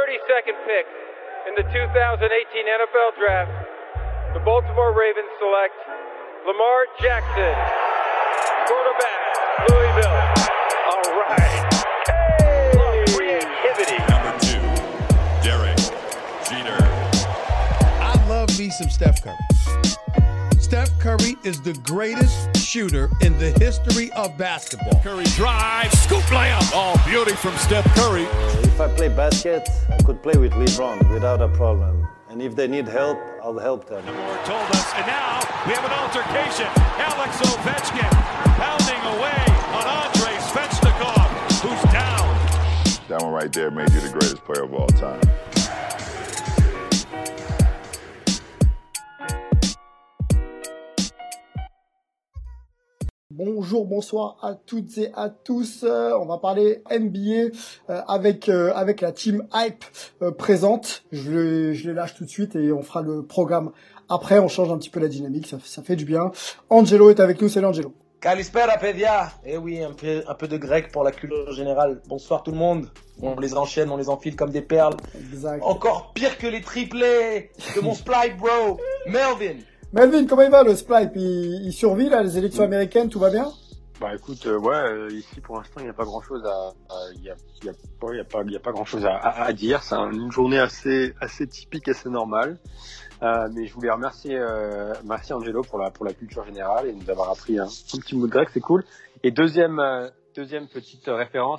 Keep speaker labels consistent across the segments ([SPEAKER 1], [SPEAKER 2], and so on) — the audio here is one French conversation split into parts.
[SPEAKER 1] 32nd pick in the 2018 NFL Draft, the Baltimore Ravens select Lamar Jackson, quarterback, Louisville. All right. Hey! Creativity.
[SPEAKER 2] Number 2, Derek Jeter.
[SPEAKER 3] I love me some Steph Curry. Steph Curry is the greatest shooter in the history of basketball.
[SPEAKER 2] Curry drive, scoop layup. Oh, beauty from Steph Curry.
[SPEAKER 4] If I play basket, I could play with LeBron without a problem. And if they need help, I'll help them.
[SPEAKER 2] Moore told us, and now we have an altercation. Alex Ovechkin pounding away on Andrei Svechnikov, who's down.
[SPEAKER 5] That one right there made you the greatest player of all time.
[SPEAKER 6] Bonjour, bonsoir à toutes et à tous. On va parler NBA avec la team Hype présente. Je les lâche tout de suite et on fera le programme après. On change un petit peu la dynamique, ça fait du bien. Angelo est avec nous, salut Angelo.
[SPEAKER 7] Kalispera Pedia. Eh oui, un peu de grec pour la culture générale. Bonsoir tout le monde. On les enchaîne, on les enfile comme des perles.
[SPEAKER 6] Exact.
[SPEAKER 7] Encore pire que les triplés de mon splice, bro.
[SPEAKER 6] Melvin, comment il va le Splipe? Il survit là, les élections américaines, tout va bien?
[SPEAKER 8] Bah écoute, ici pour l'instant il n'y a pas grand chose il y a pas grand chose à dire. C'est une journée assez typique, assez normale. Mais je voulais remercier Angelo pour la culture générale et nous avoir appris un petit mot de grec, c'est cool. Et deuxième petite référence,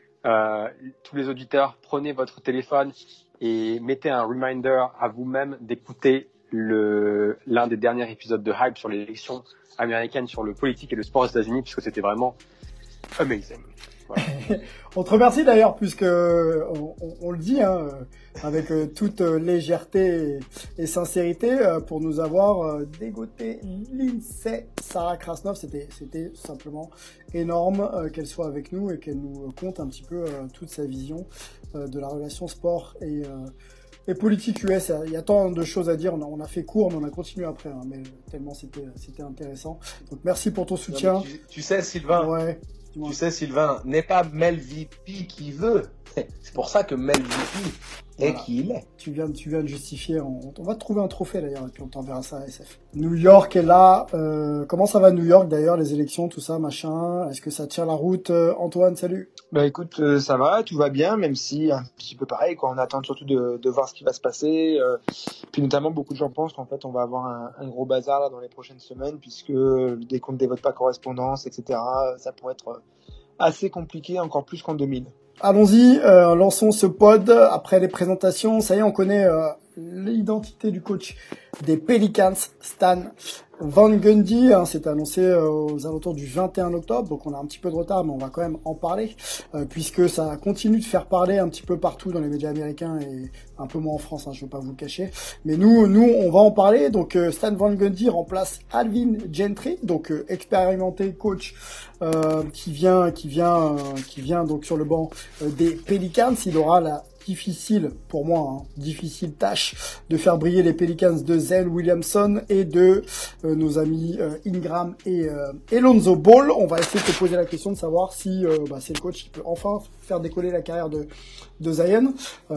[SPEAKER 8] tous les auditeurs, prenez votre téléphone et mettez un reminder à vous-même d'écouter l'un des derniers épisodes de Hype sur l'élection américaine, sur le politique et le sport aux États-Unis, puisque c'était vraiment amazing. Voilà.
[SPEAKER 6] On te remercie d'ailleurs, puisque on le dit avec toute légèreté et sincérité, pour nous avoir dégoté l'INSEE Sarah Krasnov. C'était simplement énorme qu'elle soit avec nous et qu'elle nous conte un petit peu toute sa vision de la relation sport et politique US. Il y a tant de choses à dire. On a fait court, mais on a continué après, mais tellement c'était intéressant. Donc merci pour ton soutien.
[SPEAKER 7] Non, tu sais, Sylvain.
[SPEAKER 6] Ouais.
[SPEAKER 7] Tu sais, Sylvain, n'est pas Mel VP qui veut. C'est pour ça que Mel VP est qui il est.
[SPEAKER 6] Tu viens de justifier. On va te trouver un trophée d'ailleurs, et puis on t'enverra ça à SF. New York est là. Comment ça va New York d'ailleurs, les élections, tout ça, machin? Est-ce que ça tient la route? Antoine, salut.
[SPEAKER 9] Bah écoute, ça va, tout va bien, même si un petit peu pareil, quoi. On attend surtout de voir ce qui va se passer. Puis notamment, beaucoup de gens pensent qu'en fait, on va avoir un gros bazar là dans les prochaines semaines, puisque le décompte des votes par correspondance, etc., ça pourrait être assez compliqué, encore plus qu'en 2000.
[SPEAKER 6] Allons-y, lançons ce pod après les présentations. Ça y est, on connaît l'identité du coach des Pelicans, Stan Van Gundy. C'est annoncé aux alentours du 21 octobre, donc on a un petit peu de retard, mais on va quand même en parler, puisque ça continue de faire parler un petit peu partout dans les médias américains et un peu moins en France, je ne vais pas vous le cacher. Mais nous, on va en parler. Donc Stan Van Gundy remplace Alvin Gentry, donc expérimenté coach qui vient donc sur le banc des Pelicans. Il aura la difficile, pour moi, difficile tâche de faire briller les Pelicans de Zion Williamson et de nos amis Ingram et Lonzo Ball. On va essayer de se poser la question de savoir si c'est le coach qui peut enfin faire décoller la carrière de Zion,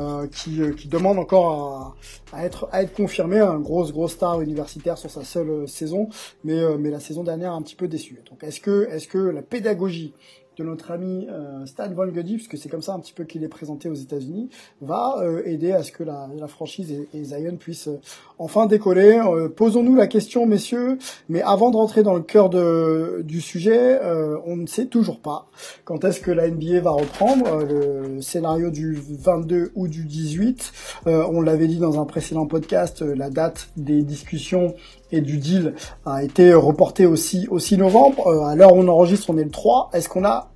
[SPEAKER 6] qui demande encore à être confirmé, un grosse star universitaire sur sa seule saison, mais la saison dernière un petit peu déçu. Donc est-ce que la pédagogie de notre ami Stan Van Gundy, puisque c'est comme ça un petit peu qu'il est présenté aux États-Unis, va aider à ce que la franchise et Zion puissent enfin décoller. Posons-nous la question, messieurs, mais avant de rentrer dans le cœur du sujet, on ne sait toujours pas quand est-ce que la NBA va reprendre. Le scénario du 22 ou du 18, on l'avait dit dans un précédent podcast, la date des discussions et du deal a été reporté aussi au 6 novembre. À l'heure où on enregistre, on est le 3. Est-ce qu'on a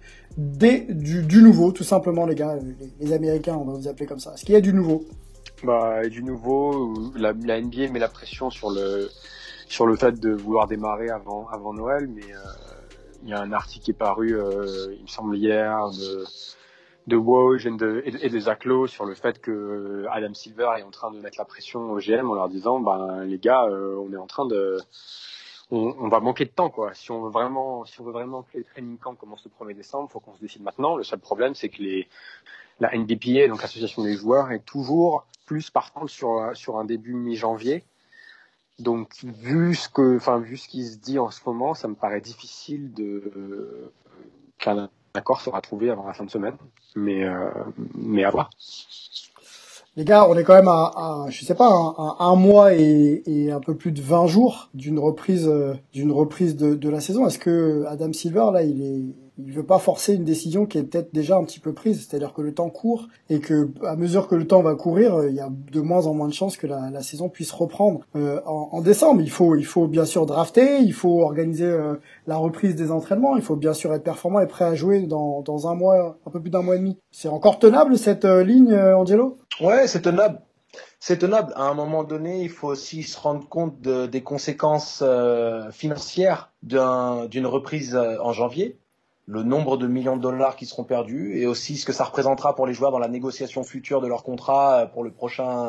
[SPEAKER 6] du nouveau, tout simplement, les gars, les Américains, on va vous appeler comme ça? Est-ce qu'il y a du nouveau?
[SPEAKER 8] Du nouveau, la NBA met la pression sur le fait de vouloir démarrer avant Noël, mais il y a un article qui est paru, il me semble hier, de Woj et de Zach Lowe sur le fait que Adam Silver est en train de mettre la pression au GM en leur disant les gars, on est en train de on va manquer de temps, quoi. Si on veut vraiment que les training camps commencent le 1er décembre, faut qu'on se décide maintenant. Le seul problème, c'est que la NBPA, donc l'association des joueurs, est toujours plus partante sur un début mi-janvier. Donc vu ce qui se dit en ce moment, ça me paraît difficile qu'un accord sera trouvé avant la fin de semaine, mais à voir.
[SPEAKER 6] Les gars, on est quand même à je sais pas, à un mois et un peu plus de 20 jours d'une reprise de la saison. Est-ce que Adam Silver, là, il veut pas forcer une décision qui est peut-être déjà un petit peu prise? C'est-à-dire que le temps court et que, à mesure que le temps va courir, il y a de moins en moins de chances que la saison puisse reprendre, en décembre. Il faut bien sûr drafter, il faut organiser, la reprise des entraînements, il faut bien sûr être performant et prêt à jouer dans un mois, un peu plus d'un mois et demi. C'est encore tenable, cette ligne, Angelo?
[SPEAKER 7] Ouais, c'est tenable. C'est tenable. À un moment donné, il faut aussi se rendre compte des conséquences financières d'une reprise en janvier, le nombre de millions de dollars qui seront perdus et aussi ce que ça représentera pour les joueurs dans la négociation future de leur contrat pour les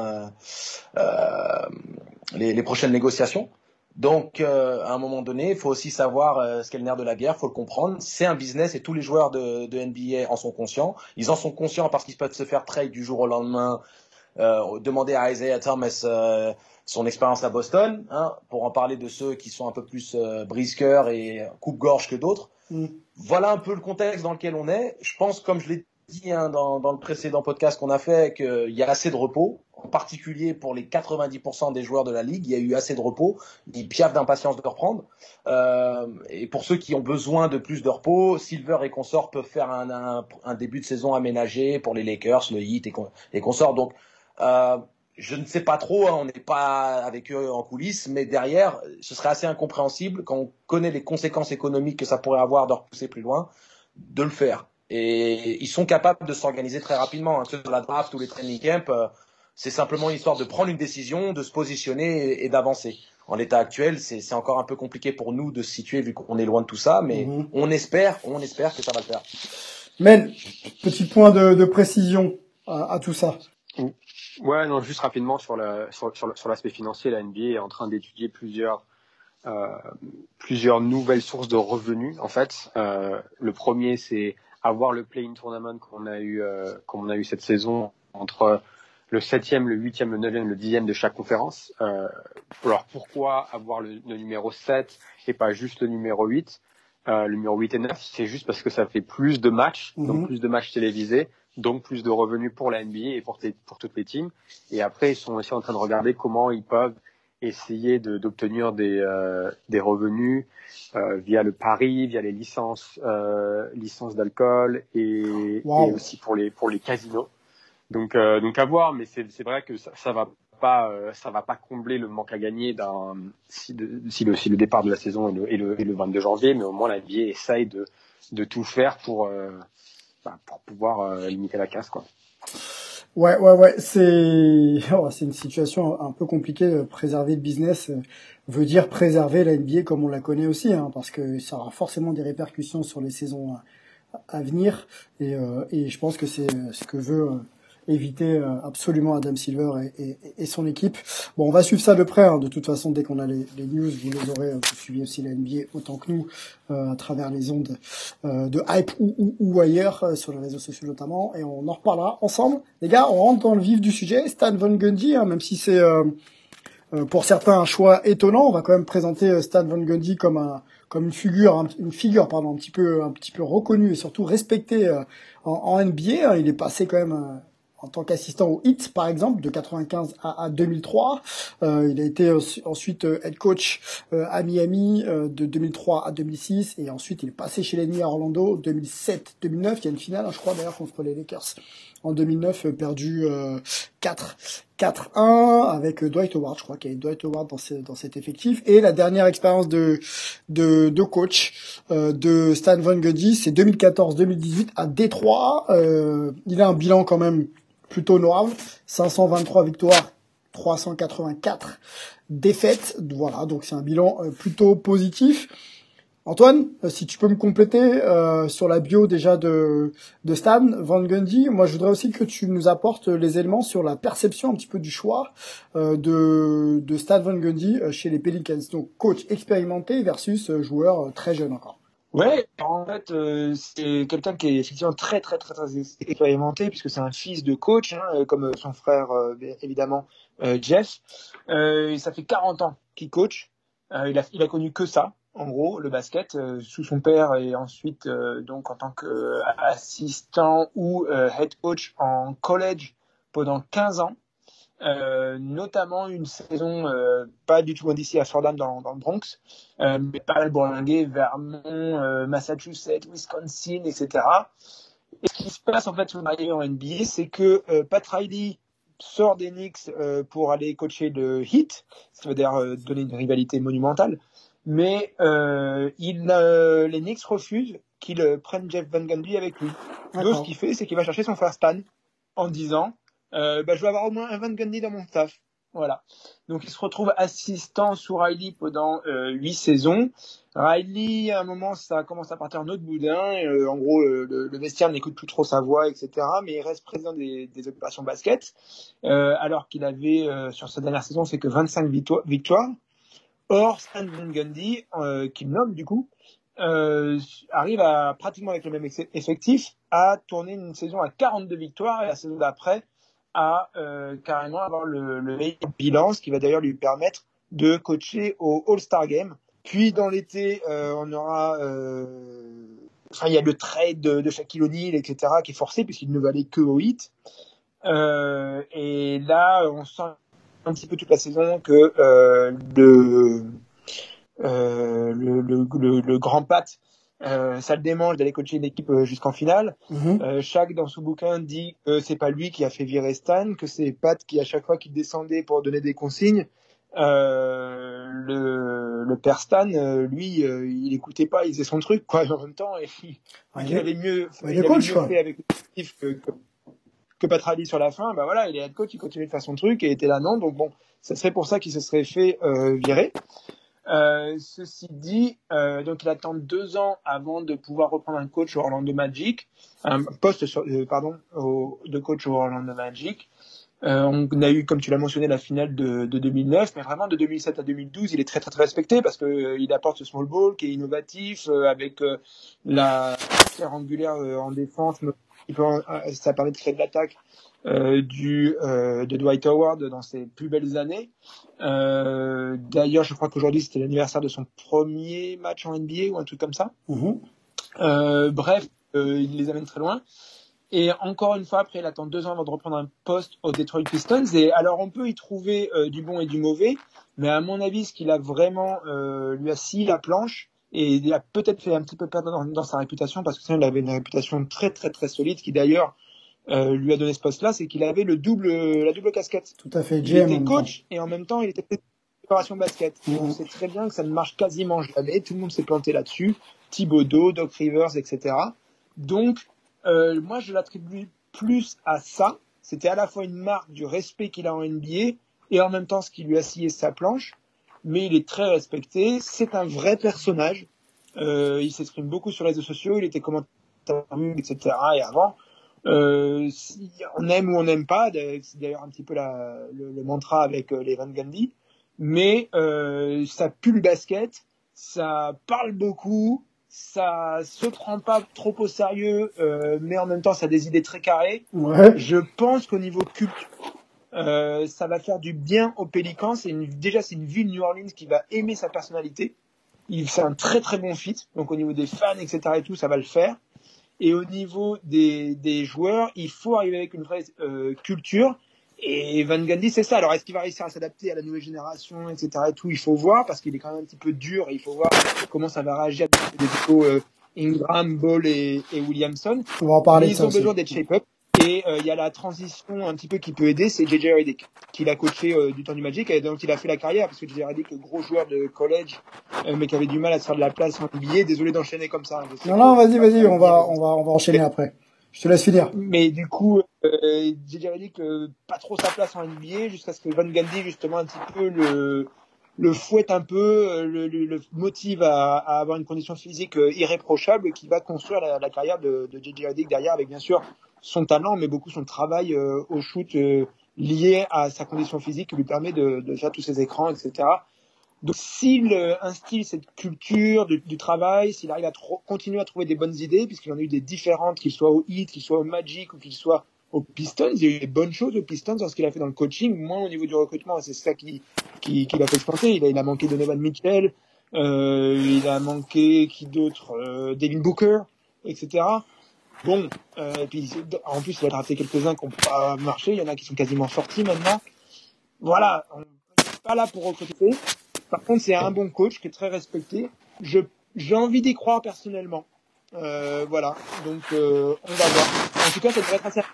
[SPEAKER 7] prochaines négociations. Donc, à un moment donné, il faut aussi savoir ce qu'est le nerf de la guerre, il faut le comprendre. C'est un business et tous les joueurs de NBA en sont conscients. Ils en sont conscients parce qu'ils peuvent se faire trade du jour au lendemain. Demander à Isaiah Thomas son expérience à Boston, pour en parler de ceux qui sont un peu plus brisqueurs et coupe-gorge que d'autres. Voilà un peu le contexte dans lequel on est. Je pense, comme je l'ai dit dans le précédent podcast qu'on a fait, qu'il y a assez de repos, en particulier pour les 90% des joueurs de la ligue. Il y a eu assez de repos. Ils piaffent d'impatience de reprendre. Et pour ceux qui ont besoin de plus de repos, Silver et consorts peuvent faire un début de saison aménagé pour les Lakers, le Heat et consorts. Donc, je ne sais pas trop, on n'est pas avec eux en coulisses, mais derrière, ce serait assez incompréhensible quand on connaît les conséquences économiques que ça pourrait avoir de repousser plus loin, de le faire. Et ils sont capables de s'organiser très rapidement, que ce soit la draft ou les training camps, c'est simplement une histoire de prendre une décision, de se positionner et d'avancer. En l'état actuel, c'est encore un peu compliqué pour nous de se situer vu qu'on est loin de tout ça, mais on espère que ça va le faire.
[SPEAKER 6] Men, petit point de précision à tout ça.
[SPEAKER 8] Ouais, non, juste rapidement sur l'aspect financier, la NBA est en train d'étudier plusieurs nouvelles sources de revenus. En fait, le premier, c'est avoir le play-in tournament qu'on a eu cette saison entre le 7e, le 8e, le 9e, le 10e de chaque conférence. Alors pourquoi avoir le numéro 7 et pas juste le numéro 8? Le numéro 8 et 9, c'est juste parce que ça fait plus de matchs, donc plus de matchs télévisés, donc plus de revenus pour la NBA et pour toutes les teams. Et après, ils sont aussi en train de regarder comment ils peuvent essayer d'obtenir des revenus via le pari, via les licences d'alcool et aussi pour les casinos. Donc à voir, mais c'est vrai que ça va pas combler le manque à gagner si le départ de la saison est le 22 janvier, mais au moins la NBA essaye de tout faire pour pouvoir limiter la casse, quoi.
[SPEAKER 6] Ouais, c'est une situation un peu compliquée. Préserver le business veut dire préserver la NBA comme on la connaît aussi, parce que ça aura forcément des répercussions sur les saisons à venir, et je pense que c'est ce que veut éviter absolument Adam Silver et son équipe. Bon, on va suivre ça de près, de toute façon. Dès qu'on a les news, vous les aurez. Vous suivez aussi la NBA autant que nous à travers les ondes de Hype ou ailleurs, sur les réseaux sociaux notamment, et on en reparlera ensemble. Les gars, on rentre dans le vif du sujet. Stan Van Gundy, même si c'est pour certains un choix étonnant, on va quand même présenter Stan Van Gundy comme une figure un petit peu reconnue et surtout respectée en NBA. Il est passé quand même en tant qu'assistant au Heat, par exemple, de 95 à 2003. Il a été ensuite head coach à Miami de 2003 à 2006, et ensuite il est passé chez les Knicks à Orlando 2007-2009. Il y a une finale, je crois d'ailleurs, contre les Lakers en 2009, perdu 4-1 avec Dwight Howard. Je crois qu'il y avait Dwight Howard dans cet effectif. Et la dernière expérience de coach de Stan Van Gundy, c'est 2014-2018 à Détroit. Il a un bilan quand même plutôt honorable, 523 victoires, 384 défaites. Voilà, donc c'est un bilan plutôt positif. Antoine, si tu peux me compléter sur la bio déjà de Stan Van Gundy. Moi, je voudrais aussi que tu nous apportes les éléments sur la perception un petit peu du choix de Stan Van Gundy chez les Pelicans. Donc, coach expérimenté versus joueur très jeune encore.
[SPEAKER 9] Ouais, en fait, c'est quelqu'un qui est effectivement très expérimenté puisque c'est un fils de coach, hein, comme son frère, évidemment, Jeff. Ça fait 40 ans qu'il coach. Il a connu que ça, en gros, le basket, sous son père et ensuite donc en tant qu'assistant ou head coach en college pendant 15 ans. Notamment une saison pas du tout d'ici à Fordham dans le Bronx, mais pas mal bourlingué, Vermont, Massachusetts, Wisconsin, etc. Et ce qui se passe en fait sur l'arrivée en NBA, c'est que Pat Riley sort des Knicks pour aller coacher le Heat, ce qui veut dire donner une rivalité monumentale, mais les Knicks refusent qu'il prenne Jeff Van Gundy avec lui. Donc ce qu'il fait, c'est qu'il va chercher son frère Stan en disant je vais avoir au moins un Van Gundy dans mon staff. Voilà. Donc il se retrouve assistant sous Riley pendant 8 saisons. Riley, à un moment, ça commence à partir en autre boudin. En gros, le vestiaire n'écoute plus trop sa voix, etc. Mais il reste président des opérations basket, alors qu'il avait, sur sa dernière saison, fait que 25 victoires. Or, Stan Van Gundy, qu'il nomme du coup, arrive à, pratiquement avec le même effectif, à tourner une saison à 42 victoires et la saison d'après à carrément avoir le meilleur bilan, ce qui va d'ailleurs lui permettre de coacher au All-Star Game. Puis dans l'été, on aura... il y a le trade de Shaquille O'Neal, etc., qui est forcé puisqu'il ne valait que au Heat. Et là, on sent un petit peu toute la saison que le grand Pat, ça le démange d'aller coacher une équipe jusqu'en finale. Shaq, dans son bouquin, dit que c'est pas lui qui a fait virer Stan, que c'est Pat qui, à chaque fois qu'il descendait pour donner des consignes, le père Stan, lui, il écoutait pas, il faisait son truc, quoi, en même temps, et il avait mieux fait avec l'effectif que Pat Riley sur la fin. Bah voilà, il est head coach, il continuait de faire son truc et était là, non, donc bon, ça serait pour ça qu'il se serait fait virer. Ceci dit, donc il attend 2 ans avant de pouvoir reprendre un coach au Orlando Magic, un poste de coach au Orlando Magic. On a eu, comme tu l'as mentionné, la finale de 2009, mais vraiment de 2007 à 2012, il est très respecté parce que il apporte ce small ball qui est innovatif avec la sphère angulaire en défense. Ça permet de créer de l'attaque de Dwight Howard dans ses plus belles années. D'ailleurs, je crois qu'aujourd'hui c'était l'anniversaire de son premier match en NBA ou un truc comme ça. Bref, il les amène très loin. Et encore une fois, après, il attend 2 ans avant de reprendre un poste aux Detroit Pistons. Et alors, on peut y trouver du bon et du mauvais, mais à mon avis, ce qu'il a vraiment lui a scié la planche, et il a peut-être fait un petit peu perdre dans sa réputation, parce que sinon, il avait une réputation très solide, qui d'ailleurs lui a donné ce poste-là, c'est qu'il avait la double casquette.
[SPEAKER 6] Tout à fait.
[SPEAKER 9] Il était coach et en même temps, il était préparation basket. On sait très bien que ça ne marche quasiment jamais. Tout le monde s'est planté là-dessus. Thibodeau, Doc Rivers, etc. Donc, moi, je l'attribue plus à ça. C'était à la fois une marque du respect qu'il a en NBA et en même temps ce qui lui a scié sa planche. Mais il est très respecté. C'est un vrai personnage. Il s'exprime beaucoup sur les réseaux sociaux. Il était commentateur, etc. Et avant, si on aime ou on n'aime pas, c'est d'ailleurs un petit peu le mantra avec les Van Gundy. Mais ça pue le basket. Ça parle beaucoup. Ça se prend pas trop au sérieux, mais en même temps, ça a des idées très carrées.
[SPEAKER 6] Ouais.
[SPEAKER 9] Je pense qu'au niveau culture, ça va faire du bien aux Pélicans. C'est une ville New Orleans qui va aimer sa personnalité. C'est un très bon fit. Donc au niveau des fans, etc. et tout, ça va le faire. Et au niveau des joueurs, il faut arriver avec une vraie culture. Et Van Gundy, c'est ça. Alors, est-ce qu'il va réussir à s'adapter à la nouvelle génération, etc. et tout, il faut voir, parce qu'il est quand même un petit peu dur. Il faut voir comment ça va réagir avec des duos Ingram, Ball et Williamson.
[SPEAKER 6] On va en parler.
[SPEAKER 9] Ils ont besoin d'être shape-up. Et il y a la transition un petit peu qui peut aider, c'est JJ Redick, qu'il a coaché du temps du Magic, et donc il a fait la carrière, parce que JJ Redick, gros joueur de college, mais qui avait du mal à se faire de la place en NBA. Désolé d'enchaîner comme ça.
[SPEAKER 6] Non, vas-y, on va enchaîner après. Je te laisse finir.
[SPEAKER 9] Mais du coup, JJ Redick, pas trop sa place en NBA, jusqu'à ce que Van Gundy, justement, un petit peu le fouette un peu, le motive à avoir une condition physique irréprochable, qui va construire la carrière de JJ Redick derrière, avec bien sûr son talent, mais beaucoup son travail au shoot lié à sa condition physique qui lui permet de faire tous ses écrans, etc. Donc, s'il instille cette culture du travail, s'il arrive à continuer à trouver des bonnes idées, puisqu'il en a eu des différentes, qu'il soit au Heat, qu'il soit au Magic ou qu'il soit aux Pistons, il y a eu des bonnes choses aux Pistons dans ce qu'il a fait dans le coaching, moins au niveau du recrutement, et c'est ça qui l'a fait se planter. Il a manqué Donovan Mitchell, il a manqué qui d'autre, Devin Booker, etc. Bon, et puis en plus il a drafté quelques-uns qui n'ont pas marché, il y en a qui sont quasiment sortis maintenant. Voilà, on n'est pas là pour recruter. Par contre, c'est un bon coach qui est très respecté. J'ai envie d'y croire personnellement. Voilà, donc on va voir. En tout cas, ça devrait être assez.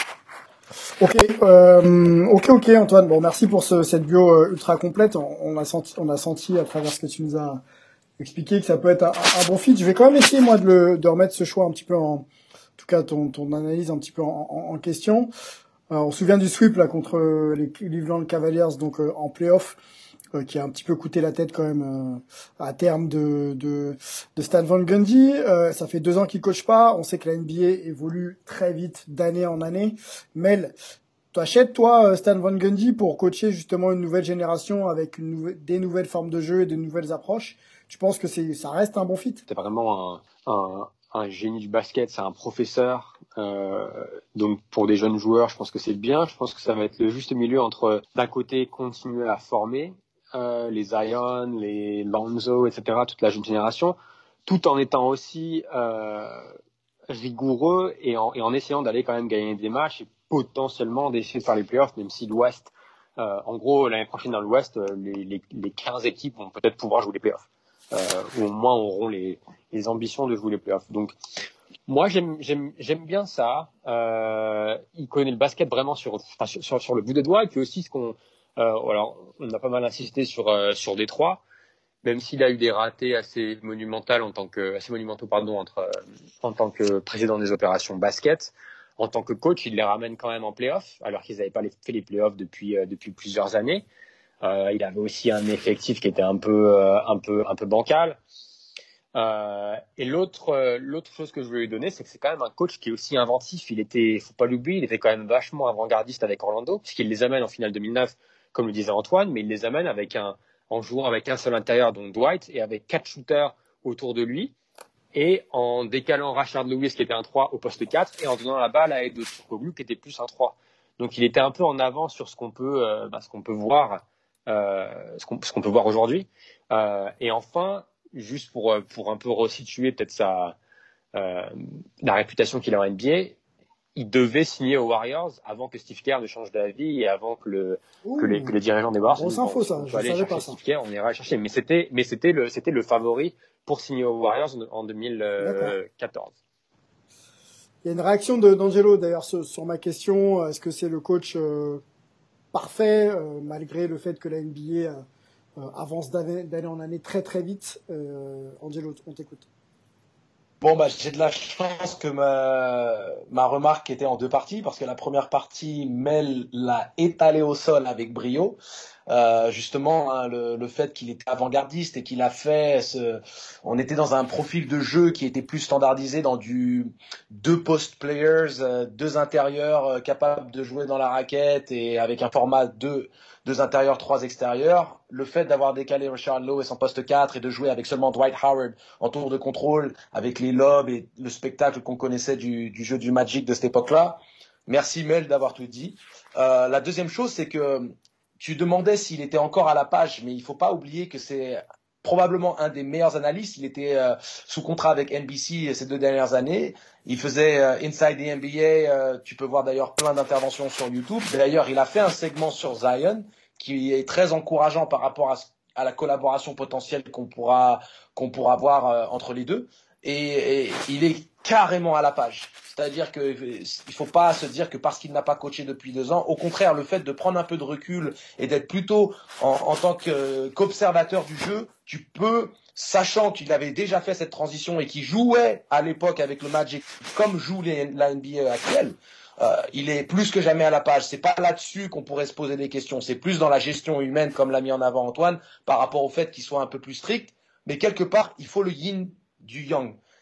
[SPEAKER 6] Ok, Antoine. Bon, merci pour cette bio ultra complète. On a senti à travers ce que tu nous as expliqué que ça peut être un bon fit. Je vais quand même essayer moi de remettre ce choix un petit peu en tout cas ton analyse un petit peu en question. On se souvient du sweep là contre les Cleveland Cavaliers, donc en playoff. Qui a un petit peu coûté la tête quand même à terme de Stan Van Gundy. Ça fait 2 ans qu'il coach pas. On sait que la NBA évolue très vite d'année en année. Mel, t'achètes toi Stan Van Gundy pour coacher justement une nouvelle génération avec des nouvelles formes de jeu et de nouvelles approches. Tu penses que ça reste un bon fit?
[SPEAKER 8] C'est vraiment un génie du basket, c'est un professeur. Donc pour des jeunes joueurs, je pense que c'est bien. Je pense que ça va être le juste milieu entre d'un côté continuer à former les Zion, les Lonzo, etc., toute la jeune génération, tout en étant aussi rigoureux et en essayant d'aller quand même gagner des matchs et potentiellement d'essayer de faire les playoffs, même si l'Ouest, en gros, l'année prochaine dans l'Ouest, les 15 équipes vont peut-être pouvoir jouer les playoffs, ou au moins auront les ambitions de jouer les playoffs. Donc, moi, j'aime bien ça. Il connaît le basket vraiment sur le bout des doigts, et puis aussi ce qu'on alors, on a pas mal insisté sur Détroit, même s'il a eu des ratés assez monumentaux en tant que président des opérations basket. En tant que coach, il les ramène quand même en playoff, alors qu'ils n'avaient pas fait les playoffs depuis plusieurs années. Il avait aussi un effectif qui était un peu bancal. Et l'autre chose que je voulais lui donner, c'est que c'est quand même un coach qui est aussi inventif. Faut pas l'oublier, il était quand même vachement avant-gardiste avec Orlando, puisqu'il les amène en finale 2009, comme le disait Antoine, mais il les amène en jouant avec un seul intérieur, donc Dwight, et avec 4 shooters autour de lui, et en décalant Rashard Lewis, qui était un 3, au poste 4, et en donnant la balle à Edo Turkoglu, qui était plus un 3. Donc il était un peu en avance sur ce qu'on peut voir aujourd'hui. Et enfin, juste pour un peu resituer peut-être la réputation qu'il a en NBA, il devait signer aux Warriors avant que Steve Kerr ne change d'avis et avant que les dirigeants des Warriors.
[SPEAKER 6] Grosse info, ça. Je savais pas ça.
[SPEAKER 8] Steve Kerr, on ira chercher. Mais c'était le favori pour signer aux Warriors en 2014.
[SPEAKER 6] Il y a une réaction d'Angelo d'ailleurs sur ma question. Est-ce que c'est le coach parfait malgré le fait que la NBA avance d'année en année très très vite? Angelo, on t'écoute.
[SPEAKER 7] Bon, j'ai de la chance que ma remarque était en 2 parties, parce que la première partie, Mel l'a étalé au sol avec brio. Justement, hein, le fait qu'il était avant-gardiste et qu'il a fait on était dans un profil de jeu qui était plus standardisé dans du 2 post players, 2 intérieurs capables de jouer dans la raquette et avec un format 2 intérieurs, 3 extérieurs. Le fait d'avoir décalé Rashard Lewis en poste 4 et de jouer avec seulement Dwight Howard en tour de contrôle, avec les lobes et le spectacle qu'on connaissait du jeu du Magic de cette époque-là. Merci Mel d'avoir tout dit. La deuxième chose, c'est que tu demandais s'il était encore à la page, mais il faut pas oublier que c'est probablement un des meilleurs analystes. Il était sous contrat avec NBC ces 2 dernières années. Il faisait Inside the NBA. Tu peux voir d'ailleurs plein d'interventions sur YouTube. D'ailleurs, il a fait un segment sur Zion qui est très encourageant par rapport à la collaboration potentielle qu'on pourra voir entre les deux. Et il est carrément à la page. C'est-à-dire qu'il ne faut pas se dire que parce qu'il n'a pas coaché depuis 2 ans, au contraire, le fait de prendre un peu de recul et d'être plutôt en tant qu'observateur du jeu, tu peux, sachant qu'il avait déjà fait cette transition et qu'il jouait à l'époque avec le Magic comme joue la NBA actuelle, il est plus que jamais à la page. C'est pas là-dessus qu'on pourrait se poser des questions. C'est plus dans la gestion humaine, comme l'a mis en avant Antoine, par rapport au fait qu'il soit un peu plus strict. Mais quelque part, il faut le yin du yang.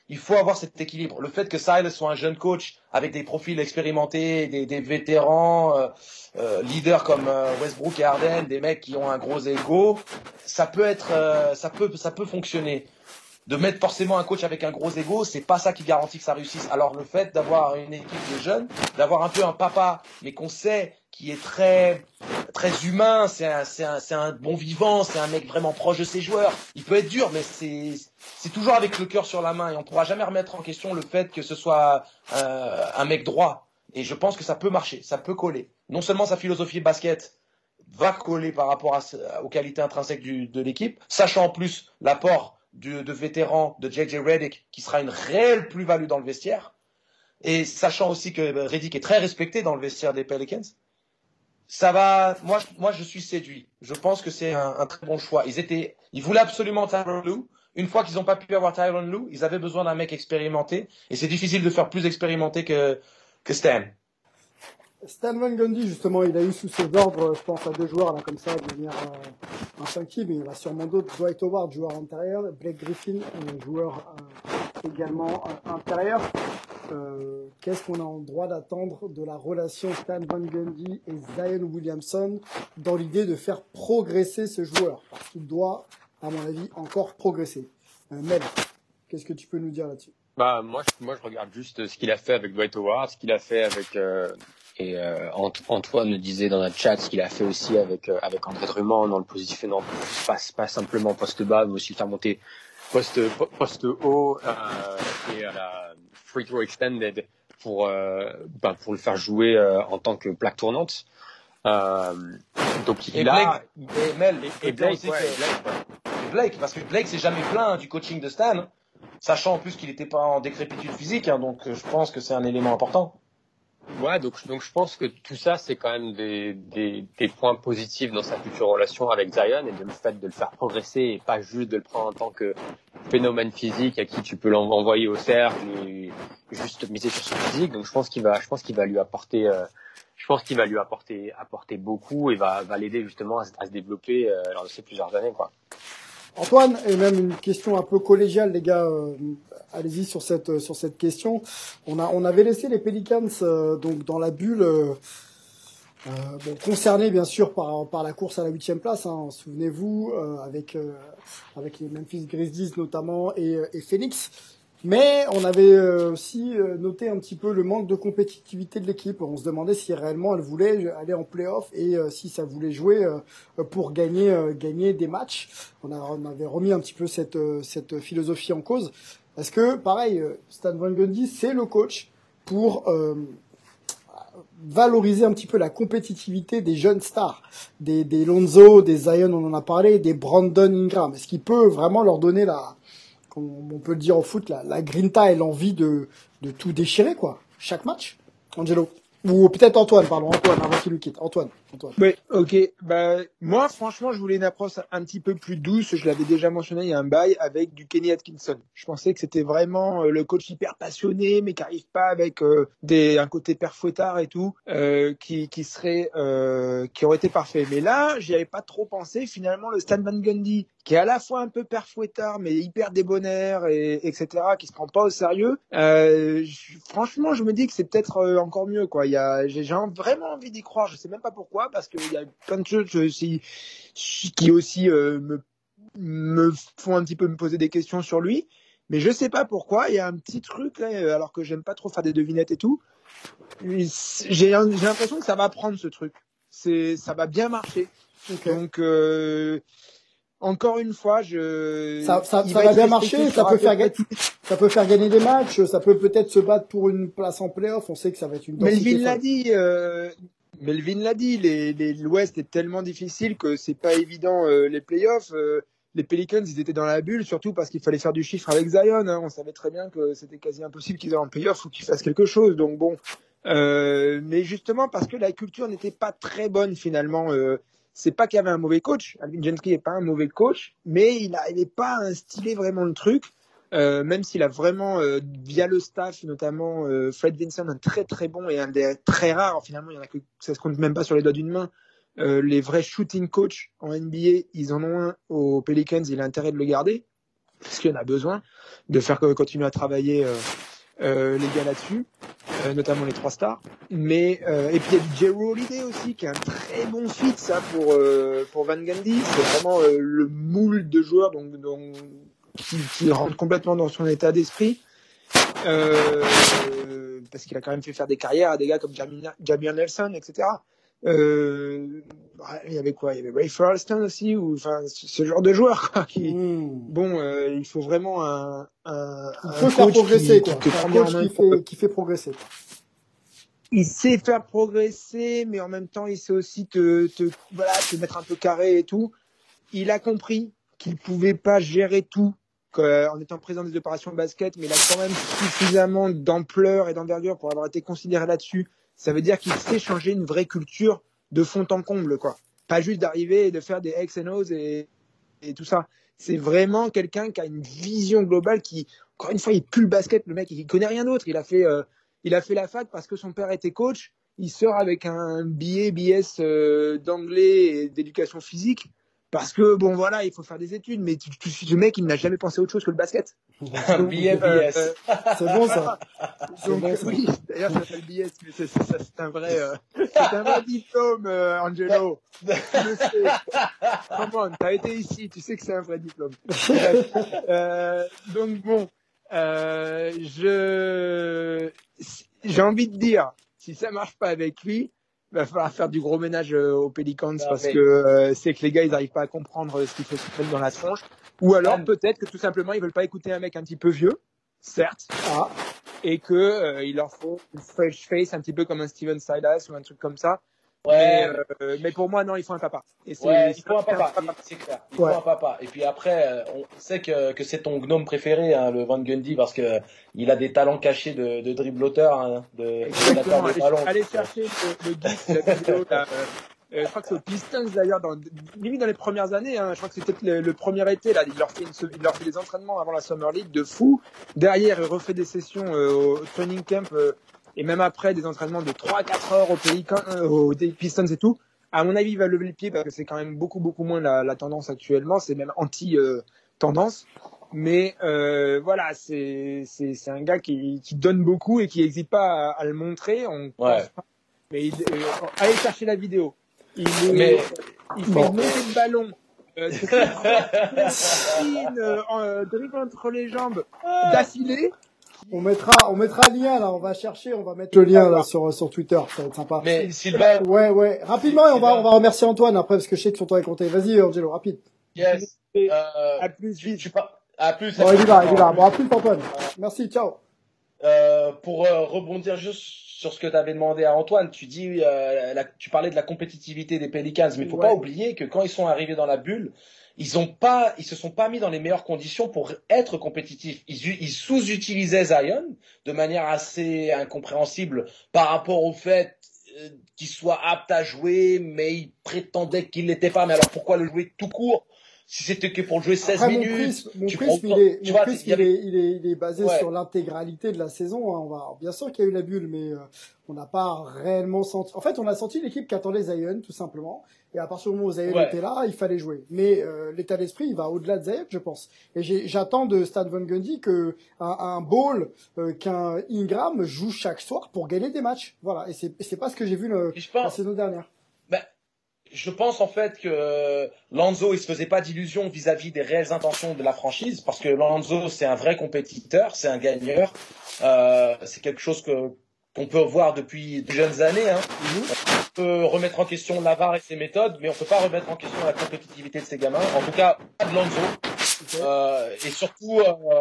[SPEAKER 7] il faut avoir cet équilibre. Le fait que Silas soit un jeune coach avec des profils expérimentés, des vétérans, leaders comme Westbrook et Harden, des mecs qui ont un gros ego, ça peut fonctionner. De mettre forcément un coach avec un gros ego, c'est pas ça qui garantit que ça réussisse. Alors le fait d'avoir une équipe de jeunes, d'avoir un peu un papa, mais qu'on sait qui est très humain, c'est un bon vivant, c'est un mec vraiment proche de ses joueurs. Il peut être dur, mais c'est toujours avec le cœur sur la main et on pourra jamais remettre en question le fait que ce soit un mec droit. Et je pense que ça peut marcher, ça peut coller. Non seulement sa philosophie de basket va coller par rapport aux qualités intrinsèques de l'équipe, sachant en plus l'apport de vétérans de J.J. Redick qui sera une réelle plus-value dans le vestiaire, et sachant aussi que Redick est très respecté dans le vestiaire des Pelicans, ça va. Moi je suis séduit. Je pense que c'est un très bon choix. Ils voulaient absolument Tyronn Lue. Une fois qu'ils n'ont pas pu avoir Tyronn Lue, ils avaient besoin d'un mec expérimenté, et c'est difficile de faire plus expérimenté que Stan.
[SPEAKER 6] Stan Van Gundy, justement, il a eu sous ses ordres, je pense à 2 joueurs là comme ça, de manière instinctive, mais il y en a sûrement d'autres. Dwight Howard, joueur intérieur, Blake Griffin, joueur également intérieur. Qu'est-ce qu'on a en droit d'attendre de la relation Stan Van Gundy et Zion Williamson dans l'idée de faire progresser ce joueur? Parce qu'il doit, à mon avis, encore progresser. Mel, qu'est-ce que tu peux nous dire là-dessus?
[SPEAKER 8] Moi, je regarde juste ce qu'il a fait avec Dwight Howard, ce qu'il a fait avec Antoine le disait dans notre chat, ce qu'il a fait aussi avec André Drummond dans le positif et non, pas simplement poste bas, mais aussi faire monter poste haut et à la free throw extended pour le faire jouer en tant que plaque tournante. Donc il a
[SPEAKER 7] Blake, parce que Blake s'est jamais plaint du coaching de Stan, sachant en plus qu'il n'était pas en décrépitude physique, donc je pense que c'est un élément important.
[SPEAKER 8] Ouais, donc je pense que tout ça, c'est quand même des points positifs dans sa future relation avec Zion, et le fait de le faire progresser et pas juste de le prendre en tant que phénomène physique à qui tu peux l'envoyer au cercle et juste miser sur son physique. Donc je pense qu'il va lui apporter beaucoup et va l'aider justement à se développer lors de ces plusieurs années, quoi.
[SPEAKER 6] Antoine, et même une question un peu collégiale, les gars, allez-y sur cette question. On avait laissé les Pelicans donc dans la bulle, concernés bien sûr par la course à la 8e place. Hein, souvenez-vous, avec les Memphis Grizzlies notamment et Phoenix. Mais on avait aussi noté un petit peu le manque de compétitivité de l'équipe. On se demandait si réellement elle voulait aller en play-off et si ça voulait jouer pour gagner des matchs. On avait remis un petit peu cette philosophie en cause. Est-ce que, pareil, Stan Van Gundy, c'est le coach pour valoriser un petit peu la compétitivité des jeunes stars, des Lonzo, des Zion, on en a parlé, des Brandon Ingram. Est-ce qu'il peut vraiment leur donner on peut le dire au foot, la grinta et l'envie de tout déchirer, quoi, chaque match? Angelo. Ou peut-être Antoine, avant qu'il nous quitte. Antoine.
[SPEAKER 9] Oui, ok. Moi, franchement, je voulais une approche un petit peu plus douce. Je l'avais déjà mentionné il y a un bail avec du Kenny Atkinson. Je pensais que c'était vraiment le coach hyper passionné, mais qui arrive pas avec un côté père fouettard et tout, qui aurait été parfait. Mais là, j'y avais pas trop pensé. Finalement, le Stan Van Gundy, qui est à la fois un peu père fouettard, mais hyper débonnaire, etc., qui se prend pas au sérieux. Franchement, je me dis que c'est peut-être encore mieux, quoi. J'ai vraiment envie d'y croire. Je sais même pas pourquoi, parce qu'il y a plein de choses qui aussi me font un petit peu me poser des questions sur lui. Mais je sais pas pourquoi. Il y a un petit truc là, alors que j'aime pas trop faire des devinettes et tout. J'ai l'impression que ça va prendre ce truc. Ça va bien marcher. Okay. Donc encore une fois,
[SPEAKER 6] ça va bien marcher, ça peut faire gagner des matchs, ça peut peut-être se battre pour une place en play-off. On sait que ça va être une densité.
[SPEAKER 9] Melvin l'a dit, l'Ouest est tellement difficile que c'est pas évident les play-offs. Les Pelicans, ils étaient dans la bulle, surtout parce qu'il fallait faire du chiffre avec Zion. Hein. On savait très bien que c'était quasi impossible qu'ils aient en play-off ou qu'ils fassent quelque chose. Donc bon, mais justement parce que la culture n'était pas très bonne finalement. C'est pas qu'il y avait un mauvais coach. Alvin Gentry n'est pas un mauvais coach, mais il n'arrivait pas à instiller vraiment le truc. Même s'il a vraiment, via le staff, notamment Fred Vinson, un très très bon et un des très rares, finalement, il y en a que ça se compte même pas sur les doigts d'une main. Les vrais shooting coach en NBA, ils en ont un aux Pelicans, il a intérêt de le garder. parce qu'il y en a besoin de faire continuer à travailler les gars là-dessus, notamment les 3 stars. Mais et puis il y a du Jrue Holiday aussi qui est un très bon fit ça pour Van Gundy. C'est vraiment le moule de joueur qui rentre complètement dans son état d'esprit. Parce qu'il a quand même fait faire des carrières à des gars comme Jameer Nelson, etc. Il y avait quoi? Il y avait Ray Charleston aussi, ou enfin ce genre de joueur quoi, qui bon, il faut vraiment un
[SPEAKER 6] faut faire progresser qui fait progresser quoi.
[SPEAKER 9] Il sait faire progresser, mais en même temps il sait aussi te mettre un peu carré et tout. Il a compris qu'il pouvait pas gérer tout en étant présent des opérations de basket, mais il a quand même suffisamment d'ampleur et d'envergure pour avoir été considéré là-dessus. Ça veut dire qu'il sait changer une vraie culture de fond en comble, quoi. Pas juste d'arriver et de faire des X and O's et tout ça. C'est vraiment quelqu'un qui a une vision globale qui, encore une fois, il pue le basket. Le mec, il connaît rien d'autre. Il a fait la fac parce que son père était coach. Il sort avec un BS d'anglais et d'éducation physique. Parce que, bon, voilà, il faut faire des études, mais ce mec, il n'a jamais pensé à autre chose que le basket.
[SPEAKER 7] BS.
[SPEAKER 6] C'est bon, ça.
[SPEAKER 9] Donc, oui, d'ailleurs, ça s'appelle BS, mais c'est un vrai diplôme, Angelo. Tu le sais. Come on, t'as été ici, tu sais que c'est un vrai diplôme. Donc, bon, j'ai envie de dire, si ça marche pas avec lui, il va falloir faire du gros ménage aux Pelicans parce que c'est que les gars ils n'arrivent pas à comprendre ce qu'il faut se mettre dans la tronche, ou alors peut-être que tout simplement ils veulent pas écouter un mec un petit peu vieux, certes, et que il leur faut une fresh face un petit peu comme un Steven Silas ou un truc comme ça. Mais pour moi non, il faut un papa.
[SPEAKER 7] Il faut un papa, c'est clair. Il faut un papa. Et puis après, on sait que c'est ton gnome préféré, hein, le Van Gundy, parce que il a des talents cachés de dribbloteur, hein, de ballon.
[SPEAKER 9] Allez chercher le gif, la vidéo. Je crois que c'est aux Pistons d'ailleurs, limite dans les premières années. Hein, je crois que c'était le premier été. Là, il leur fait des entraînements avant la Summer League de fou. Derrière, il refait des sessions au training camp. Et même après des entraînements de 3-4 heures aux Pistons et tout, à mon avis, il va lever le pied parce que c'est quand même beaucoup moins la tendance actuellement. C'est même anti-tendance. Mais voilà, c'est un gars qui donne beaucoup et qui n'hésite pas à le montrer. Mais allez chercher la vidéo. Il fait monter le ballon. Dribble entre les jambes d'affilée.
[SPEAKER 6] On mettra le lien là, on va mettre le lien là sur Twitter, ça va être sympa.
[SPEAKER 7] Mais Sylvain.
[SPEAKER 6] Ouais. Rapidement, et on va remercier Antoine après parce que je sais que son temps est compté. Vas-y, Angelo, rapide.
[SPEAKER 7] Yes.
[SPEAKER 9] À plus vite.
[SPEAKER 7] À plus.
[SPEAKER 6] Bon, il y va. Bon, à plus Antoine. Merci, ciao.
[SPEAKER 7] Pour rebondir juste sur ce que tu avais demandé à Antoine, tu parlais de la compétitivité des Pelicans, mais faut pas oublier que quand ils sont arrivés dans la bulle, ils se sont pas mis dans les meilleures conditions pour être compétitifs. Ils sous-utilisaient Zion de manière assez incompréhensible par rapport au fait qu'il soit apte à jouer, mais ils prétendaient qu'il l'était pas. Mais alors pourquoi le jouer tout court? Si c'était que pour le jouer 16 minutes,
[SPEAKER 6] il est basé sur l'intégralité de la saison. Hein. Bien sûr qu'il y a eu la bulle, mais on n'a pas réellement senti. En fait, on a senti l'équipe qui attendait Zion, tout simplement. Et à partir du moment où Zion était là, il fallait jouer. Mais l'état d'esprit, il va au-delà de Zion, je pense. Et j'attends de Stan Van Gundy que un Ball, qu'un Ingram joue chaque soir pour gagner des matchs. Voilà. Et c'est pas ce que j'ai vu la saison dernière.
[SPEAKER 7] Je pense en fait que Lonzo il se faisait pas d'illusions vis-à-vis des réelles intentions de la franchise parce que Lonzo c'est un vrai compétiteur, c'est un gagneur, c'est quelque chose qu'on peut voir depuis de jeunes années. Hein. On peut remettre en question Lavar et ses méthodes, mais on peut pas remettre en question la compétitivité de ces gamins. En tout cas, pas de Lonzo. Et surtout,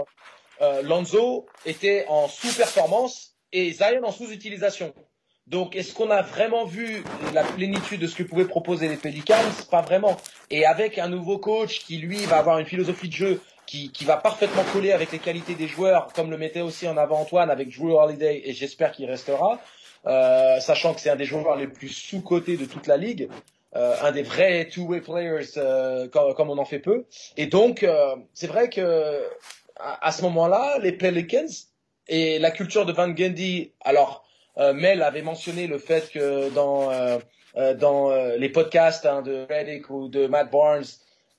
[SPEAKER 7] Lonzo était en sous-performance et Zion en sous-utilisation. Donc, est-ce qu'on a vraiment vu la plénitude de ce que pouvaient proposer les Pelicans? Pas vraiment. Et avec un nouveau coach qui, lui, va avoir une philosophie de jeu qui va parfaitement coller avec les qualités des joueurs, comme le mettait aussi en avant Antoine avec Jrue Holiday, et j'espère qu'il restera, sachant que c'est un des joueurs les plus sous-cotés de toute la ligue, un des vrais two-way players, comme on en fait peu. Et donc, c'est vrai que à ce moment-là, les Pelicans et la culture de Van Gundy, alors, Mel avait mentionné le fait que dans les podcasts de Redick ou de Matt Barnes,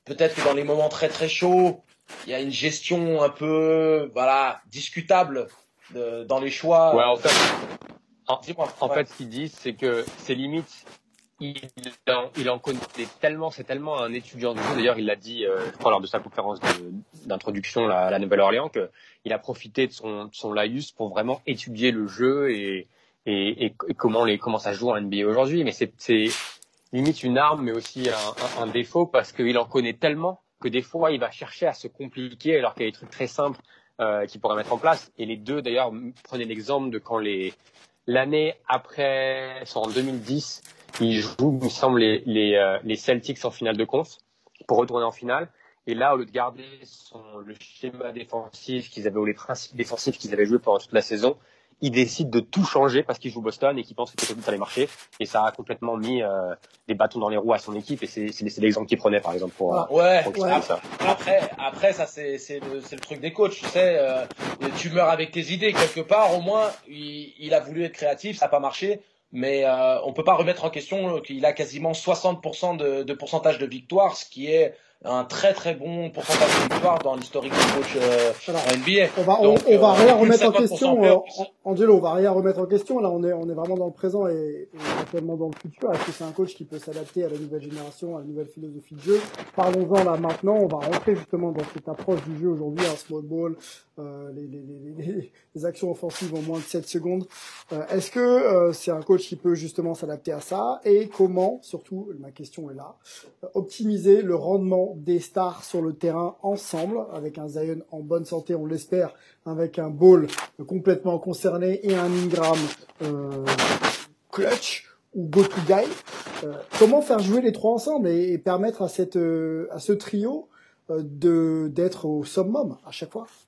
[SPEAKER 7] peut-être que dans les moments très très chauds, il y a une gestion un peu, discutable dans les choix.
[SPEAKER 8] Ouais, en
[SPEAKER 7] Ouais.
[SPEAKER 8] fait, ce qu'ils disent, c'est que c'est limite, il en connaît tellement, c'est tellement un étudiant de jeu. D'ailleurs, il l'a dit, je crois, lors de sa conférence d'introduction à la Nouvelle-Orléans, qu'il a profité de son laïus pour vraiment étudier le jeu et comment ça se joue en NBA aujourd'hui. Mais c'est limite une arme, mais aussi un défaut, parce qu'il en connaît tellement que des fois, il va chercher à se compliquer alors qu'il y a des trucs très simples qu'il pourrait mettre en place. Et les deux, d'ailleurs, prenez l'exemple de quand l'année après, c'est en 2010, ils jouent, il me semble, les Celtics en finale de conf pour retourner en finale. Et là, au lieu de garder le schéma défensif qu'ils avaient, ou les principes défensifs qu'ils avaient joués pendant toute la saison, ils décident de tout changer parce qu'ils jouent Boston et qu'ils pensent que tout allait marcher. Et ça a complètement mis des bâtons dans les roues à son équipe. Et c'est l'exemple qu'il prenait, par exemple, pour expliquer ça.
[SPEAKER 7] Après, ça, c'est le truc des coachs. Tu sais, tu meurs avec tes idées. Quelque part, au moins, il a voulu être créatif, ça n'a pas marché. Mais on peut pas remettre en question qu'il a quasiment 60% de pourcentage de victoire, ce qui est un très très bon pourcentage de victoire dans l'historique du coach en NBA.
[SPEAKER 6] On va rien remettre en question, Angelo, on va rien remettre en question. Là, on est vraiment dans le présent et actuellement dans le futur. Est-ce que c'est un coach qui peut s'adapter à la nouvelle génération, à la nouvelle philosophie de jeu? Parlons-en là maintenant. On va rentrer justement dans cette approche du jeu aujourd'hui, un small ball, les actions offensives en moins de 7 secondes. Est-ce que c'est un coach qui peut justement s'adapter à ça? Et comment, surtout, ma question est là, optimiser le rendement des stars sur le terrain ensemble, avec un Zion en bonne santé, on l'espère, avec un Ball complètement concerné et un Ingram clutch ou go-to guy. Comment faire jouer les trois ensemble et permettre à ce trio d'être au summum à chaque fois?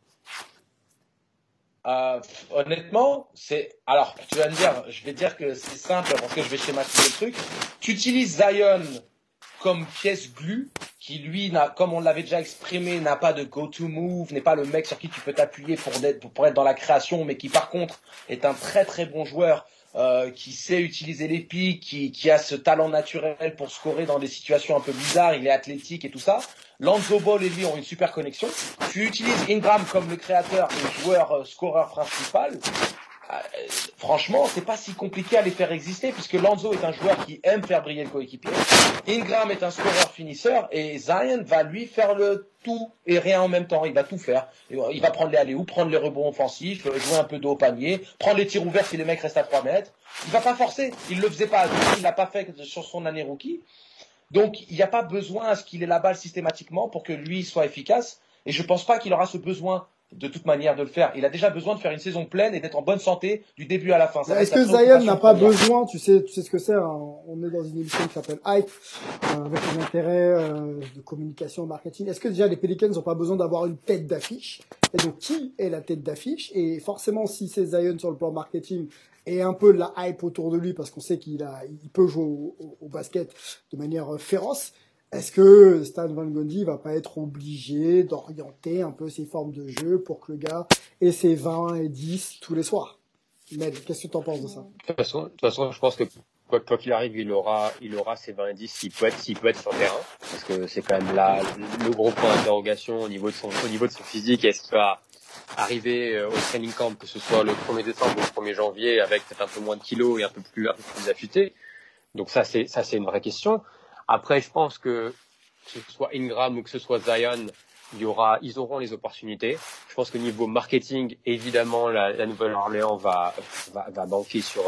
[SPEAKER 7] Honnêtement, alors tu vas me dire, je vais dire que c'est simple parce que je vais schématiser le truc. Tu utilises Zion comme pièce glue, qui lui, comme on l'avait déjà exprimé, n'a pas de go-to move, n'est pas le mec sur qui tu peux t'appuyer pour être dans la création, mais qui par contre est un très très bon joueur, qui sait utiliser les pics, qui a ce talent naturel pour scorer dans des situations un peu bizarres, il est athlétique et tout ça. Lonzo Ball et lui ont une super connexion. Tu utilises Ingram comme le créateur et le joueur scoreur principal. Franchement, c'est pas si compliqué à les faire exister puisque Lonzo est un joueur qui aime faire briller le coéquipier. Ingram est un scoreur finisseur et Zion va lui faire le tout et rien en même temps. Il va tout faire. Il va prendre les alley-oops, prendre les rebonds offensifs, jouer un peu de haut panier, prendre les tirs ouverts si les mecs restent à 3 mètres. Il va pas forcer. Il le faisait pas. Il l'a pas fait sur son année rookie. Donc, il n'y a pas besoin à ce qu'il ait la balle systématiquement pour que lui soit efficace. Et je pense pas qu'il aura ce besoin de toute manière de le faire. Il a déjà besoin de faire une saison pleine et d'être en bonne santé du début à la fin.
[SPEAKER 6] Est-ce que Zion n'a pas besoin, tu sais ce que c'est, hein, on est dans une émission qui s'appelle Hype, avec les intérêts de communication, marketing. Est-ce que déjà les Pelicans n'ont pas besoin d'avoir une tête d'affiche? Et donc, qui est la tête d'affiche? Et forcément, si c'est Zion sur le plan marketing et un peu la hype autour de lui, parce qu'on sait qu'il peut jouer au basket de manière féroce, est-ce que Stan Van Gundy va pas être obligé d'orienter un peu ses formes de jeu pour que le gars ait ses 20 et 10 tous les soirs? Mel, qu'est-ce que tu en penses de ça?
[SPEAKER 8] De toute façon, je pense que quoi qu'il arrive, il aura ses 20 et 10 s'il peut être sur le terrain, parce que c'est quand même là le gros point d'interrogation au niveau de son physique. Est-ce qu'il va arriver au training camp, que ce soit le 1er décembre ou le 1er janvier, avec peut-être un peu moins de kilos et un peu plus affûté? Donc ça c'est une vraie question. Après, je pense que ce soit Ingram ou que ce soit Zion, ils auront les opportunités. Je pense que niveau marketing, évidemment, la Nouvelle-Orléans va banquer sur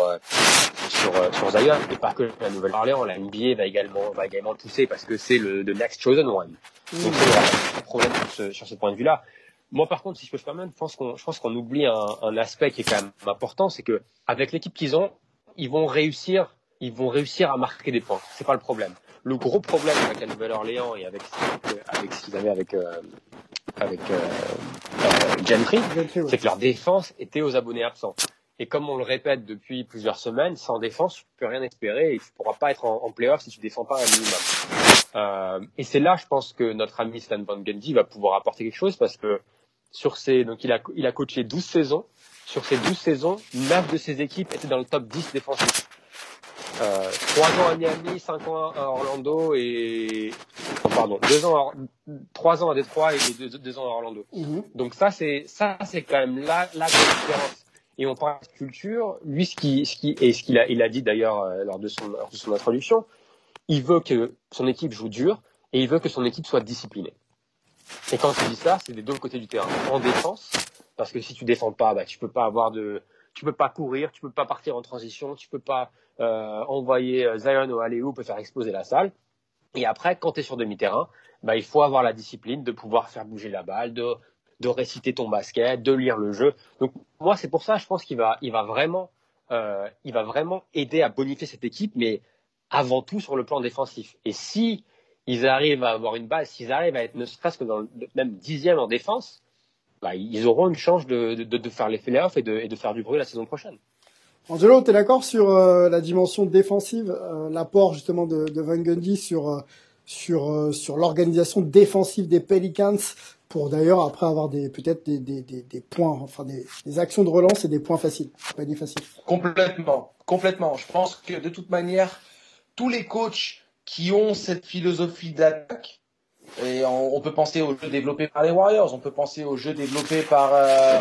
[SPEAKER 8] Zion, et pas que la Nouvelle-Orléans, la NBA va également le pousser parce que c'est the next chosen one. Donc il y aura pas de problème sur ce point de vue-là. Moi, par contre, si je peux me permettre, je pense qu'on oublie un aspect qui est quand même important, c'est que avec l'équipe qu'ils ont, ils vont réussir à marquer des points. C'est pas le problème. Le gros problème avec la Nouvelle-Orléans et avec ce qu'ils avaient avec Gentry, c'est que leur défense était aux abonnés absents. Et comme on le répète depuis plusieurs semaines, sans défense, tu peux rien espérer et tu pourras pas être en play-off si tu défends pas un minimum. Et c'est là, je pense que notre ami Stan Van Gundy va pouvoir apporter quelque chose parce que donc il a coaché 12 saisons. Sur ces 12 saisons, 9 de ses équipes étaient dans le top 10 défensif. 3 ans à Miami, 5 ans à Orlando et 3 ans à Détroit et 2 ans à Orlando. Donc ça c'est quand même la grosse différence. Et on parle de culture, lui ce qu'il a dit d'ailleurs lors de son introduction, il veut que son équipe joue dur et il veut que son équipe soit disciplinée. Et quand il dit ça, c'est des deux côtés du terrain. En défense, parce que si tu défends pas, tu peux pas courir, tu peux pas partir en transition, tu peux pas envoyer Zion au alley-oop peut faire exploser la salle. Et après, quand tu es sur demi-terrain, il faut avoir la discipline de pouvoir faire bouger la balle, de réciter ton basket, de lire le jeu. Donc moi, c'est pour ça, je pense qu'il va vraiment aider à bonifier cette équipe, mais avant tout sur le plan défensif. Et si ils arrivent à avoir une base, s'ils arrivent à être ne serait-ce que dans le même 10e en défense, ils auront une chance de faire les playoffs et de faire du bruit la saison prochaine.
[SPEAKER 6] Angelo, t'es d'accord sur la dimension défensive, l'apport justement de Van Gundy sur l'organisation défensive des Pelicans pour d'ailleurs après avoir peut-être des points, enfin des actions de relance et des points faciles, pas des faciles.
[SPEAKER 7] Complètement. Je pense que de toute manière, tous les coachs qui ont cette philosophie d'attaque, et on peut penser au jeu développé par les Warriors, on peut penser au jeu développé par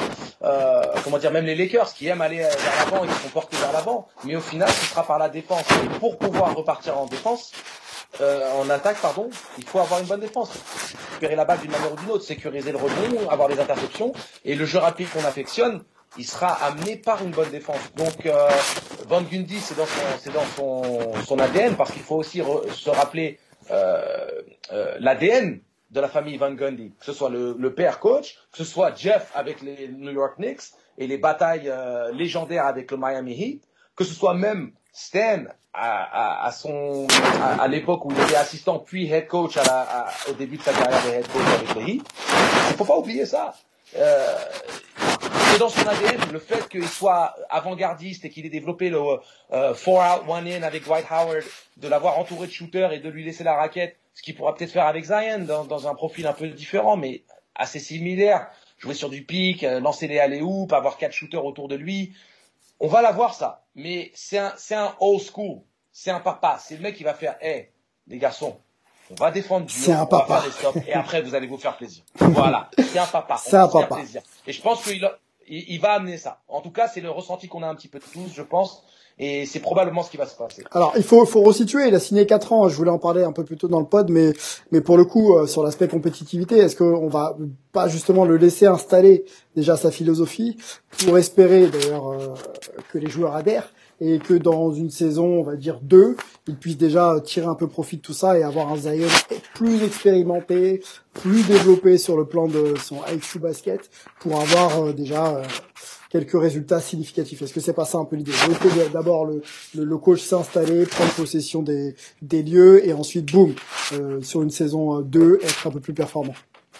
[SPEAKER 7] même les Lakers qui aiment aller vers l'avant et qui sont portés vers l'avant, mais au final ce sera par la défense. Et pour pouvoir repartir en attaque, il faut avoir une bonne défense, récupérer la balle d'une manière ou d'une autre, sécuriser le rebond, avoir des interceptions, et le jeu rapide qu'on affectionne, il sera amené par une bonne défense. Donc Van Gundy, c'est dans son ADN, parce qu'il faut aussi se rappeler l'ADN de la famille Van Gundy, que ce soit le père coach, que ce soit Jeff avec les New York Knicks et les batailles légendaires avec le Miami Heat, que ce soit même Stan à l'époque où il était assistant puis head coach au début de sa carrière de head coach avec les Heat. Il faut pas oublier ça. C'est dans son ADN le fait qu'il soit avant-gardiste et qu'il ait développé le 4 out, 1 in avec Dwight Howard, de l'avoir entouré de shooters et de lui laisser la raquette, ce qu'il pourra peut-être faire avec Zion dans un profil un peu différent mais assez similaire, jouer sur du pick, lancer les alley-oops, avoir 4 shooters autour de lui. On va l'avoir ça, mais c'est un old school, c'est un papa, c'est le mec qui va faire hey, les garçons, on va défendre Dieu,
[SPEAKER 6] c'est un papa.
[SPEAKER 7] On va faire des stops et après vous allez vous faire plaisir. Voilà, c'est un papa,
[SPEAKER 6] c'est un papa.
[SPEAKER 7] Plaisir. Et je pense qu'il va amener ça. En tout cas, c'est le ressenti qu'on a un petit peu tous, je pense. Et c'est probablement ce qui va se passer.
[SPEAKER 6] Alors, il faut resituer. Il a signé 4 ans. Je voulais en parler un peu plus tôt dans le pod, mais pour le coup, sur l'aspect compétitivité, est-ce qu'on va pas justement le laisser installer déjà sa philosophie pour espérer d'ailleurs que les joueurs adhèrent et que dans une saison, on va dire 2, ils puissent déjà tirer un peu profit de tout ça et avoir un Zion plus expérimenté, plus développé sur le plan de son IQ basket pour avoir déjà quelques résultats significatifs. Est-ce que c'est pas ça un peu l'idée? D'abord le coach s'installer, prendre possession des lieux et ensuite boum, sur une saison 2, être un peu plus performant.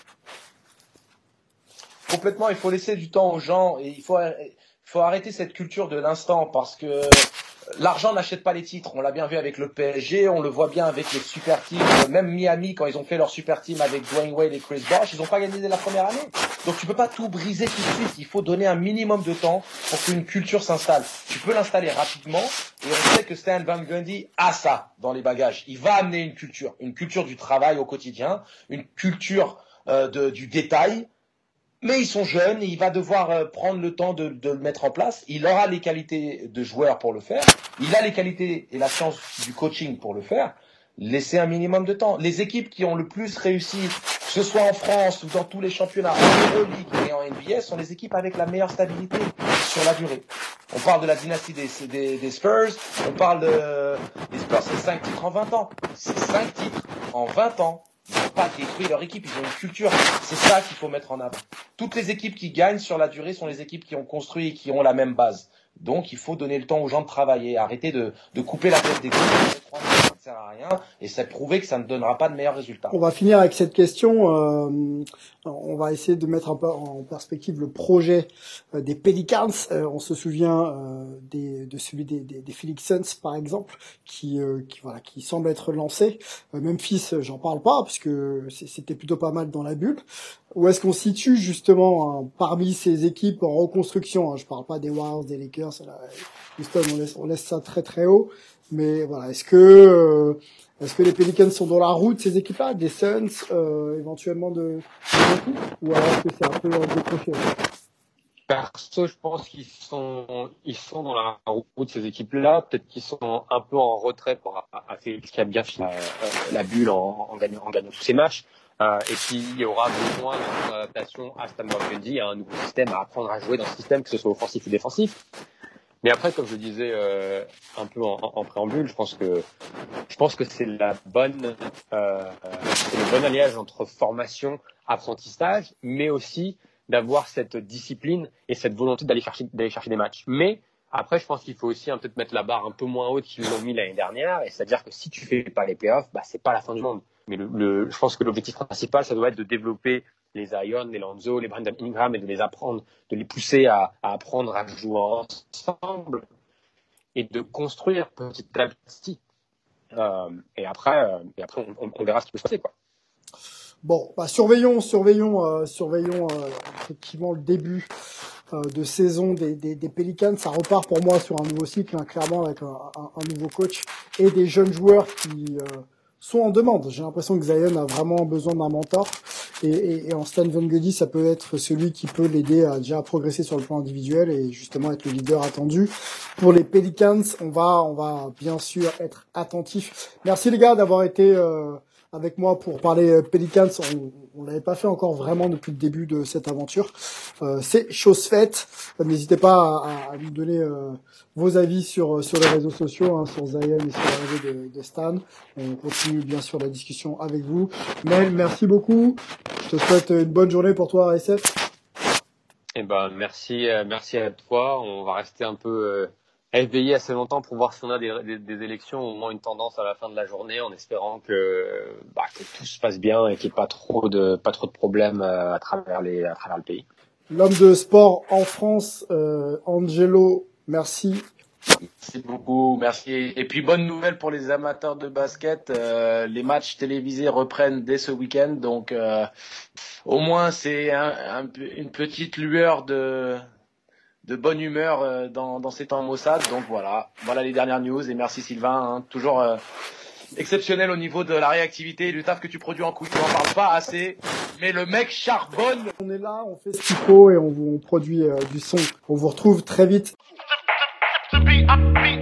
[SPEAKER 7] Complètement, il faut laisser du temps aux gens et il faut arrêter cette culture de l'instant parce que l'argent n'achète pas les titres. On l'a bien vu avec le PSG, on le voit bien avec les super teams. Même Miami, quand ils ont fait leur super team avec Dwayne Wade et Chris Bosh, ils n'ont pas gagné dès la première année. Donc tu peux pas tout briser tout de suite. Il faut donner un minimum de temps pour qu'une culture s'installe. Tu peux l'installer rapidement et on sait que Stan Van Gundy a ça dans les bagages. Il va amener une culture du travail au quotidien, une culture du détail. Mais ils sont jeunes et il va devoir prendre le temps de le mettre en place. Il aura les qualités de joueur pour le faire. Il a les qualités et la chance du coaching pour le faire. Laissez un minimum de temps. Les équipes qui ont le plus réussi, que ce soit en France ou dans tous les championnats, en Euroleague et en NBA, sont les équipes avec la meilleure stabilité sur la durée. On parle de la dynastie des Spurs. On parle des Spurs, c'est 5 titres en 20 ans. C'est 5 titres en 20 ans. Ils n'ont pas détruit leur équipe, ils ont une culture. C'est ça qu'il faut mettre en avant. Toutes les équipes qui gagnent sur la durée sont les équipes qui ont construit et qui ont la même base. Donc il faut donner le temps aux gens de travailler, arrêter de couper la tête des coups. Ça ne sert à rien et c'est prouvé que ça ne donnera pas de meilleurs résultats.
[SPEAKER 6] On va finir avec cette question. On va essayer de mettre un peu en perspective le projet des Pelicans. On se souvient de celui des Phoenix Suns par exemple, qui semble être lancé. Memphis, j'en parle pas parce que c'était plutôt pas mal dans la bulle. Où est-ce qu'on se situe justement parmi ces équipes en reconstruction? Je parle pas des Warriors, des Lakers, Houston, on laisse ça très très haut. Mais voilà, est-ce que les Pelicans sont dans la route de ces équipes-là, des Suns, éventuellement de ou alors est-ce que c'est un peu décroché?
[SPEAKER 8] Perso, je pense qu'ils sont dans la route de ces équipes-là. Peut-être qu'ils sont un peu en retrait par rapport à Félix qui a bien fait la bulle en gagnant tous ses matchs. Et puis, il y aura besoin d'une adaptation à Stan Van Gundy, à un nouveau système, à apprendre à jouer dans ce système, que ce soit offensif ou défensif. Mais après, comme je disais un peu en préambule, je pense que c'est le bon alliage entre formation, apprentissage, mais aussi d'avoir cette discipline et cette volonté d'aller chercher des matchs. Mais après, je pense qu'il faut aussi peut-être mettre la barre un peu moins haute qu'ils l'ont mis l'année dernière, et c'est-à-dire que si tu fais pas les playoffs, c'est pas la fin du monde. Mais je pense que l'objectif principal, ça doit être de développer les Zion, les Lonzo, les Brandon Ingram, et de les pousser à apprendre à jouer ensemble et de construire petit à petit. Et après, on verra ce qui peut se passer, quoi.
[SPEAKER 6] Bon, surveillons effectivement le début de saison des Pelicans. Ça repart pour moi sur un nouveau cycle, clairement, avec un nouveau coach et des jeunes joueurs qui sont en demande. J'ai l'impression que Zion a vraiment besoin d'un mentor, et en Stan Van Gundy, ça peut être celui qui peut l'aider à déjà progresser sur le plan individuel et justement être le leader attendu. Pour les Pelicans, on va bien sûr être attentif. Merci les gars d'avoir été avec moi pour parler Pelicans. On l'avait pas fait encore vraiment depuis le début de cette aventure. C'est chose faite. N'hésitez pas à nous donner vos avis sur les réseaux sociaux, sur Zion et sur le réseau de Stan. On continue bien sûr la discussion avec vous. Mel, merci beaucoup. Je te souhaite une bonne journée pour toi, SF.
[SPEAKER 8] Merci à toi. On va rester un peu éveillé assez longtemps pour voir si on a des élections, au moins une tendance à la fin de la journée, en espérant que tout se passe bien et qu'il n'y ait pas trop de problèmes à travers le pays.
[SPEAKER 6] L'homme de sport en France, Angelo, merci.
[SPEAKER 7] Merci beaucoup, merci. Et puis bonne nouvelle pour les amateurs de basket, les matchs télévisés reprennent dès ce week-end, donc au moins c'est une petite lueur de bonne humeur dans ces temps maussades. Donc voilà les dernières news, et merci Sylvain, toujours exceptionnel au niveau de la réactivité et du taf que tu produis en couille. On n'en parle pas assez, mais le mec charbonne.
[SPEAKER 6] On est là, on fait ce qu'il faut et on produit du son. On vous retrouve très vite.